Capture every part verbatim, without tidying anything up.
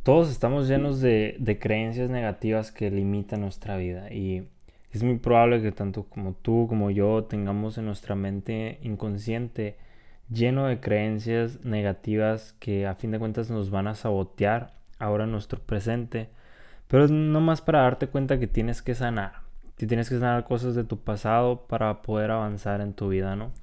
Todos estamos llenos de, de creencias negativas que limitan nuestra vida y es muy probable que tanto como tú como yo tengamos en nuestra mente inconsciente lleno de creencias negativas que a fin de cuentas nos van a sabotear ahora en nuestro presente. Pero es nomás para darte cuenta que tienes que sanar, que tienes que sanar cosas de tu pasado para poder avanzar en tu vida, ¿no?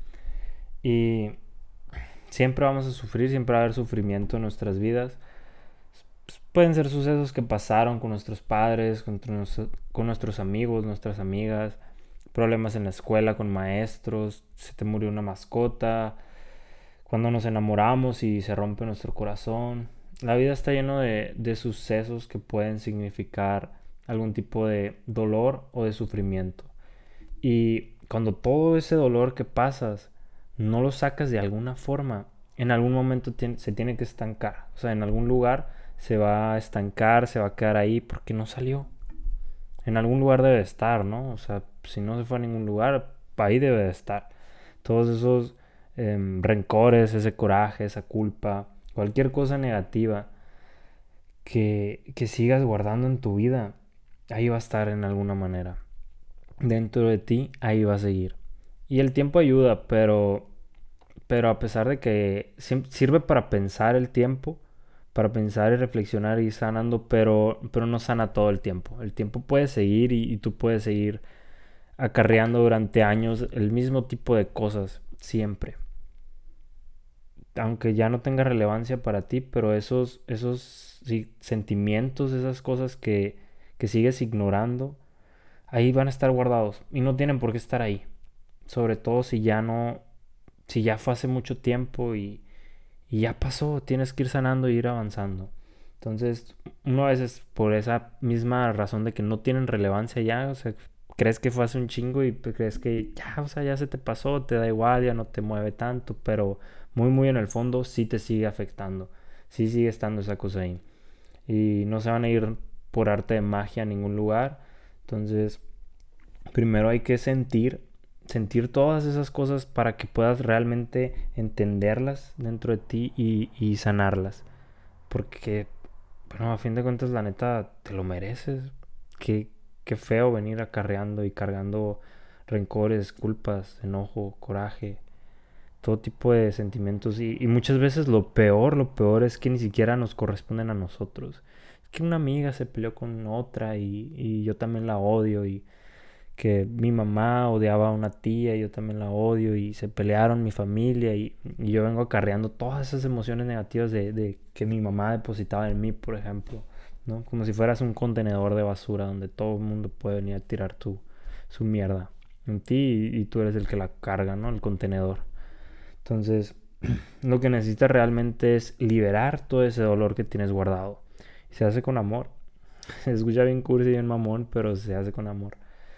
Y siempre vamos a sufrir, siempre va a haber sufrimiento en nuestras vidas. Pues, pueden ser sucesos que pasaron con nuestros padres, con, con nuestros amigos, nuestras amigas, problemas en la escuela con maestros, se te murió una mascota, cuando nos enamoramos y se rompe nuestro corazón. La vida está llena de, de sucesos que pueden significar algún tipo de dolor o de sufrimiento. Y cuando todo ese dolor que pasas no lo sacas de alguna forma, en algún momento tiene, se tiene que estancar. O sea, en algún lugar se va a estancar, se va a quedar ahí porque no salió. En algún lugar debe estar, ¿no? O sea, si no se fue a ningún lugar, ahí debe de estar. Todos esos eh, rencores, ese coraje, esa culpa, cualquier cosa negativa que, que sigas guardando en tu vida, ahí va a estar en alguna manera. Dentro de ti, ahí va a seguir. Y el tiempo ayuda, pero, pero a pesar de que sirve para pensar el tiempo, para pensar y reflexionar y ir sanando, pero, pero no sana todo el tiempo. El tiempo puede seguir y, y tú puedes seguir acarreando durante años el mismo tipo de cosas, siempre. Aunque ya no tenga relevancia para ti, pero esos, esos sí, sentimientos, esas cosas que, que sigues ignorando, ahí van a estar guardados y no tienen por qué estar ahí. Sobre todo si ya no, si ya fue hace mucho tiempo y, y ya pasó, tienes que ir sanando e ir avanzando. Entonces, uno a veces por esa misma razón de que no tienen relevancia ya, o sea, crees que fue hace un chingo y crees que ya, o sea, ya se te pasó, te da igual, ya no te mueve tanto, pero muy, muy en el fondo sí te sigue afectando, sí sigue estando esa cosa ahí. Y no se van a ir por arte de magia a ningún lugar. Entonces, primero hay que sentir, sentir todas esas cosas para que puedas realmente entenderlas dentro de ti y, y sanarlas. Porque, bueno, a fin de cuentas, la neta, te lo mereces. Qué, qué feo venir acarreando y cargando rencores, culpas, enojo, coraje, todo tipo de sentimientos. Y, y muchas veces lo peor, lo peor es que ni siquiera nos corresponden a nosotros. Es que una amiga se peleó con otra y, y yo también la odio y que mi mamá odiaba a una tía y yo también la odio y se pelearon mi familia y, y yo vengo acarreando todas esas emociones negativas de, de que mi mamá depositaba en mí, por ejemplo, ¿no? Como si fueras un contenedor de basura donde todo el mundo puede venir a tirar tu, su mierda en ti y, y tú eres el que la carga, ¿no? El contenedor. Entonces, lo que necesitas realmente es liberar todo ese dolor que tienes guardado. Y se hace con amor. Se escucha bien cursi y bien mamón, pero se hace con amor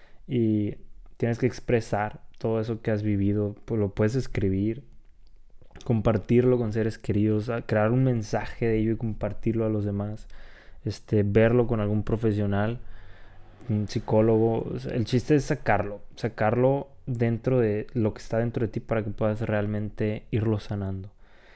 y tienes que expresar todo eso que has vivido, pues lo puedes escribir, compartirlo con seres queridos, crear un mensaje de ello y compartirlo a los demás, este, verlo con algún profesional, un psicólogo. O sea, el chiste es sacarlo, sacarlo dentro de lo que está dentro de ti para que puedas realmente irlo sanando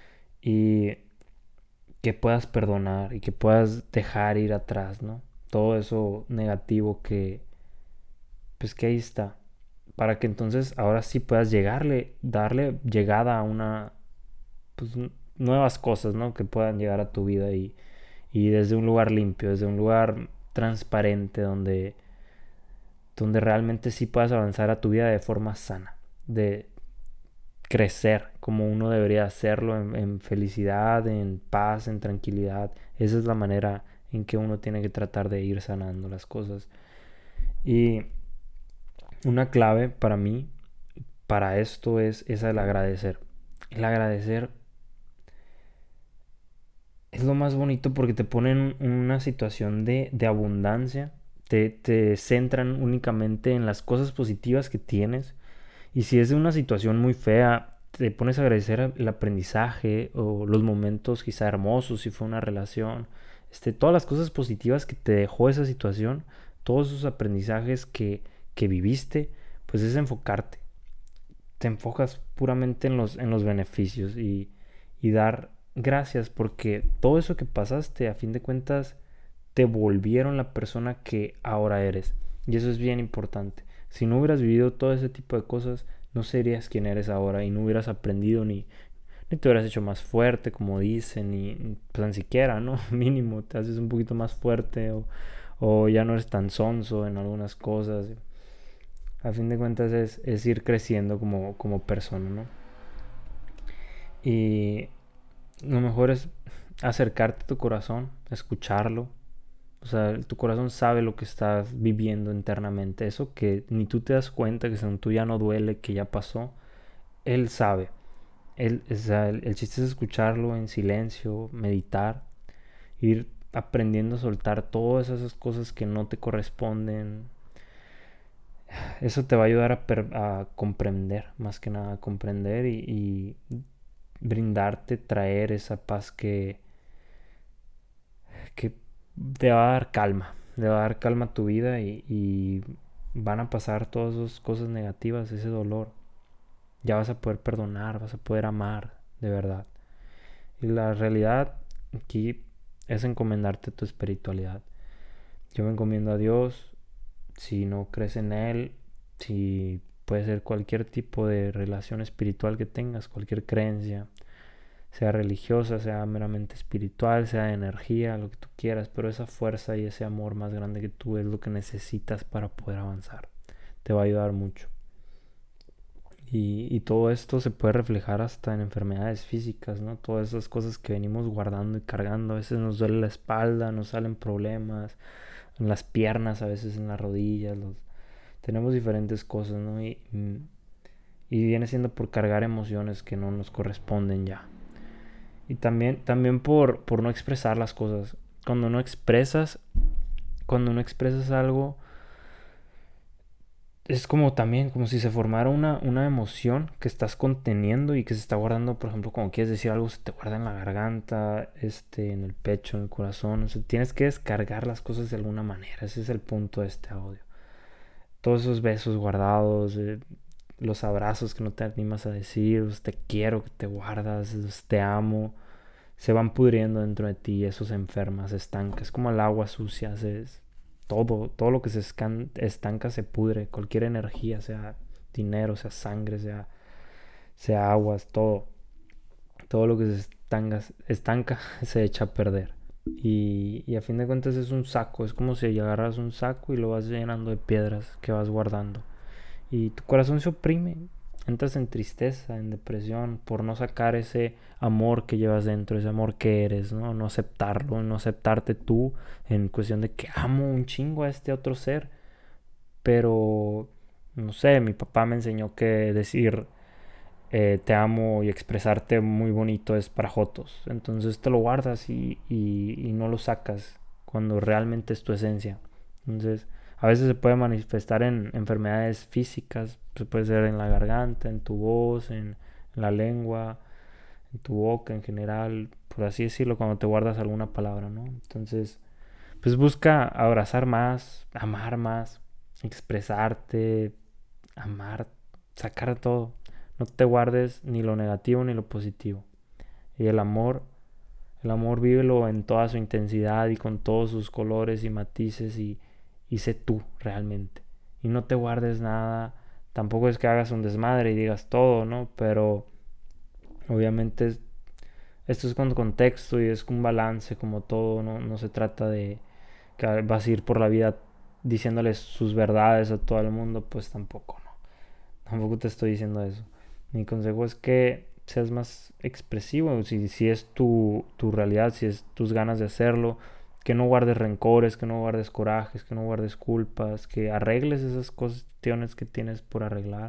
y que puedas perdonar y que puedas dejar ir atrás, ¿no? Todo eso negativo que, pues que ahí está, para que entonces ahora sí puedas llegarle, darle llegada a una, pues, nuevas cosas, ¿no? Que puedan llegar a tu vida y, y desde un lugar limpio, desde un lugar transparente, donde, donde realmente sí puedas avanzar a tu vida de forma sana, de crecer como uno debería hacerlo en, en felicidad, en paz, en tranquilidad. Esa es la manera en que uno tiene que tratar de ir sanando las cosas. Y una clave para mí para esto es esa el agradecer. El agradecer es lo más bonito porque te ponen en una situación de, de abundancia, te, te centran únicamente en las cosas positivas que tienes y si es de una situación muy fea, te pones a agradecer el aprendizaje o los momentos quizá hermosos si fue una relación, este, todas las cosas positivas que te dejó esa situación, todos esos aprendizajes que, que viviste, pues es enfocarte, te enfocas puramente en los, en los beneficios y, y dar. gracias porque todo eso que pasaste, a fin de cuentas, te volvieron la persona que ahora eres. Y eso es bien importante. Si no hubieras vivido todo ese tipo de cosas, no serías quien eres ahora y no hubieras aprendido ni, ni te hubieras hecho más fuerte, como dicen, ni pues, ni siquiera, ¿no? Mínimo, te haces un poquito más fuerte o, o ya no eres tan sonso en algunas cosas. A fin de cuentas es, es ir creciendo como, como persona, ¿no? Y lo mejor es acercarte a tu corazón, escucharlo. O sea, tu corazón sabe lo que estás viviendo internamente. Eso que ni tú te das cuenta, que según tú ya no duele, que ya pasó. Él sabe. Él, o sea, el, el chiste es escucharlo en silencio, meditar, ir aprendiendo a soltar todas esas cosas que no te corresponden. Eso te va a ayudar a, per- a comprender, más que nada, a comprender y, y brindarte, traer esa paz que, que te va a dar calma, le va a dar calma a tu vida y, y van a pasar todas esas cosas negativas, ese dolor. Ya vas a poder perdonar, vas a poder amar de verdad. Y la realidad aquí es encomendarte tu espiritualidad. Yo me encomiendo a Dios. Si no crees en Él, si puede ser cualquier tipo de relación espiritual que tengas, cualquier creencia, sea religiosa, sea meramente espiritual, sea de energía, lo que tú quieras, pero esa fuerza y ese amor más grande que tú es lo que necesitas para poder avanzar. Te va a ayudar mucho. Y, y todo esto se puede reflejar hasta en enfermedades físicas, ¿no? Todas esas cosas que venimos guardando y cargando. A veces nos duele la espalda, nos salen problemas, en las piernas, a veces en las rodillas. Los... Tenemos diferentes cosas, ¿no? Y, y viene siendo por cargar emociones que no nos corresponden ya. Y también, también por, por no expresar las cosas. Cuando no expresas, cuando no expresas algo, es como también, como si se formara una, una emoción que estás conteniendo y que se está guardando, por ejemplo, cuando quieres decir algo, se te guarda en la garganta, este, en el pecho, en el corazón. O sea, tienes que descargar las cosas de alguna manera. Ese es el punto de este audio. Todos esos besos guardados, eh, los abrazos que no te animas a decir, los te quiero que te guardas, los te amo, se van pudriendo dentro de ti, eso se enferma, se estanca, es como el agua sucia, se, todo, todo lo que se escan, estanca se pudre, cualquier energía, sea dinero, sea sangre, sea, sea aguas, todo, todo lo que se estanca, estanca se echa a perder. Y, y a fin de cuentas es un saco, es como si agarras un saco y lo vas llenando de piedras que vas guardando. Y tu corazón se oprime, entras en tristeza, en depresión, por no sacar ese amor que llevas dentro, ese amor que eres, ¿no? No aceptarlo, no aceptarte tú en cuestión de que amo un chingo a este otro ser, pero, no sé, mi papá me enseñó que decir eh, te amo y expresarte muy bonito es para jotos, entonces te lo guardas y, y, y no lo sacas cuando realmente es tu esencia. Entonces, a veces se puede manifestar en enfermedades físicas, pues puede ser en la garganta, en tu voz, en, en la lengua, en tu boca en general, por así decirlo, cuando te guardas alguna palabra, ¿no? Entonces, pues busca abrazar más, amar más, expresarte, amar, sacar todo. No te guardes ni lo negativo ni lo positivo. Y el amor, el amor vívelo en toda su intensidad y con todos sus colores y matices y, y sé tú realmente. Y no te guardes nada. Tampoco es que hagas un desmadre y digas todo, ¿no? Pero obviamente es- esto es con contexto y es un balance como todo, ¿no? No se trata de que vas a ir por la vida diciéndoles sus verdades a todo el mundo, pues tampoco, ¿no? Tampoco te estoy diciendo eso. Mi consejo es que seas más expresivo, si, si es tu, tu realidad, si es tus ganas de hacerlo, que no guardes rencores, que no guardes corajes, que no guardes culpas, que arregles esas cuestiones que tienes por arreglar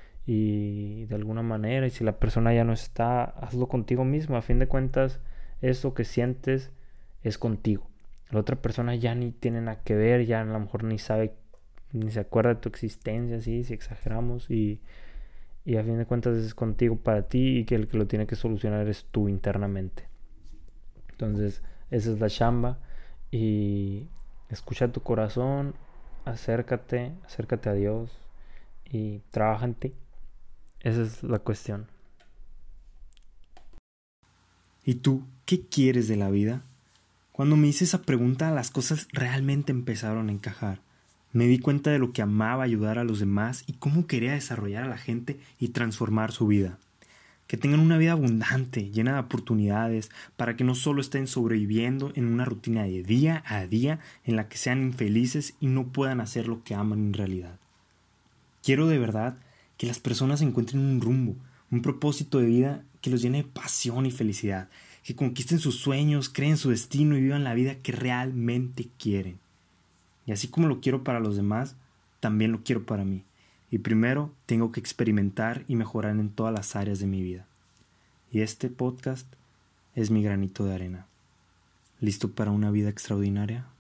y de alguna manera, y si la persona ya no está, hazlo contigo mismo. A fin de cuentas, eso que sientes es contigo. La otra persona ya ni tiene nada que ver, ya a lo mejor ni sabe, ni se acuerda de tu existencia, ¿sí? Si exageramos, y, y a fin de cuentas es contigo para ti y que el que lo tiene que solucionar es tú internamente. Entonces, esa es la chamba y escucha tu corazón, acércate, acércate a Dios y trabaja en ti. Esa es la cuestión. ¿Y tú, qué quieres de la vida? Cuando me hice esa pregunta, las cosas realmente empezaron a encajar. Me di cuenta de lo que amaba ayudar a los demás y cómo quería desarrollar a la gente y transformar su vida. Que tengan una vida abundante, llena de oportunidades, para que no solo estén sobreviviendo en una rutina de día a día en la que sean infelices y no puedan hacer lo que aman en realidad. Quiero de verdad que las personas encuentren un rumbo, un propósito de vida que los llene de pasión y felicidad, que conquisten sus sueños, creen su destino y vivan la vida que realmente quieren. Y así como lo quiero para los demás, también lo quiero para mí. Y primero tengo que experimentar y mejorar en todas las áreas de mi vida. Y este podcast es mi granito de arena. ¿Listo para una vida extraordinaria?